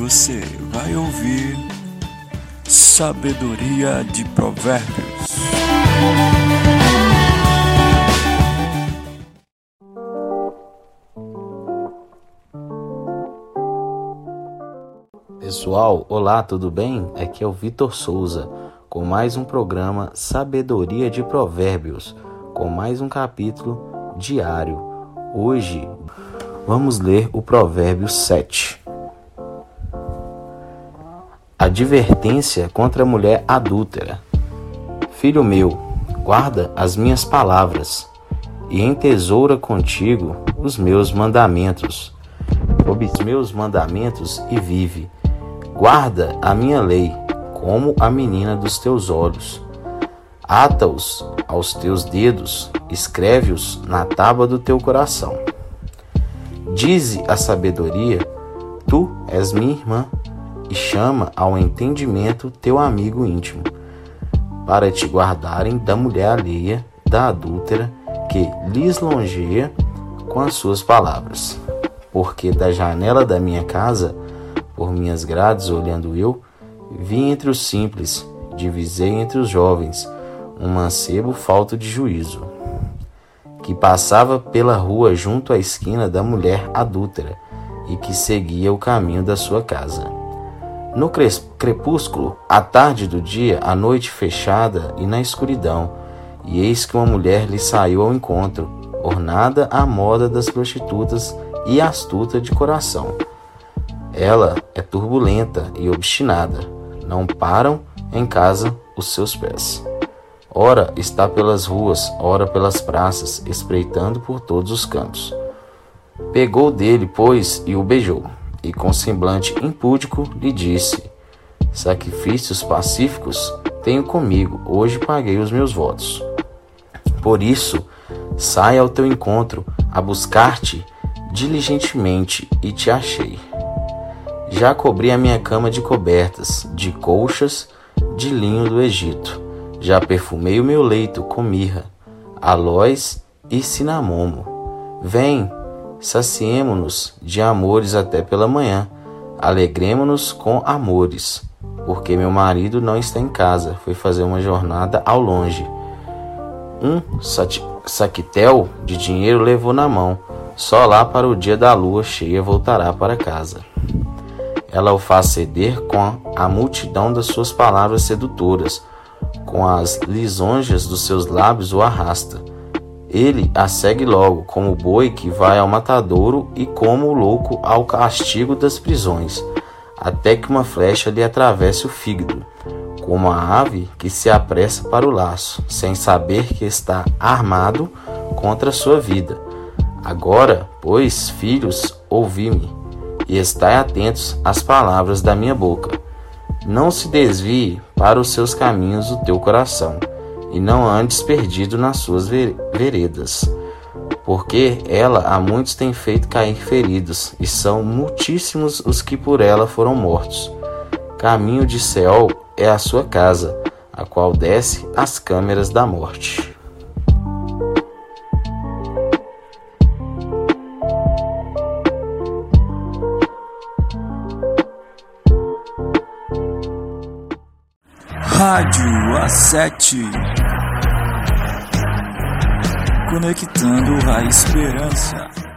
você vai ouvir Sabedoria de Provérbios. Pessoal, olá, tudo bem? Aqui é o Vitor Souza, com mais um programa Sabedoria de Provérbios, com mais um capítulo diário. Hoje vamos ler o Provérbio 7. Advertência contra a mulher adúltera. Filho meu, guarda as minhas palavras e entesoura contigo os meus mandamentos. Sob os meus mandamentos e vive. Guarda a minha lei como a menina dos teus olhos. Ata-os aos teus dedos, escreve-os na tábua do teu coração. Dize a sabedoria, tu és minha irmã, e chama ao entendimento teu amigo íntimo, para te guardarem da mulher alheia, da adúltera, que lisonjeia com as suas palavras. Porque da janela da minha casa, por minhas grades olhando eu, vi entre os simples, divisei entre os jovens, um mancebo falto de juízo, que passava pela rua junto à esquina da mulher adúltera, e que seguia o caminho da sua casa. No crepúsculo, à tarde do dia, a noite fechada e na escuridão, e eis que uma mulher lhe saiu ao encontro, ornada à moda das prostitutas e astuta de coração. Ela é turbulenta e obstinada, não param em casa os seus pés. Ora está pelas ruas, ora pelas praças, espreitando por todos os cantos. Pegou dele, pois, e o beijou, e com semblante impúdico lhe disse: sacrifícios pacíficos tenho comigo, hoje paguei os meus votos. Por isso, saia ao teu encontro, a buscar-te diligentemente, e te achei. Já cobri a minha cama de cobertas, de colchas, de linho do Egito. Já perfumei o meu leito com mirra, aloés e cinamomo. Vem, saciemo-nos de amores até pela manhã, alegremo-nos com amores, porque meu marido não está em casa, foi fazer uma jornada ao longe. Um saquitel de dinheiro levou na mão, só lá para o dia da lua cheia voltará para casa. Ela o faz ceder com a multidão das suas palavras sedutoras, com as lisonjas dos seus lábios o arrasta. Ele a segue logo, como o boi que vai ao matadouro e como o louco ao castigo das prisões, até que uma flecha lhe atravesse o fígado, como a ave que se apressa para o laço, sem saber que está armado contra a sua vida. Agora, pois, filhos, ouvi-me, e estai atentos às palavras da minha boca. Não se desvie para os seus caminhos o teu coração, e não andes perdido nas suas veredas, porque ela a muitos tem feito cair feridos, e são muitíssimos os que por ela foram mortos. Caminho de Seol é a sua casa, a qual desce às câmeras da morte. Rádio A7, conectando a esperança.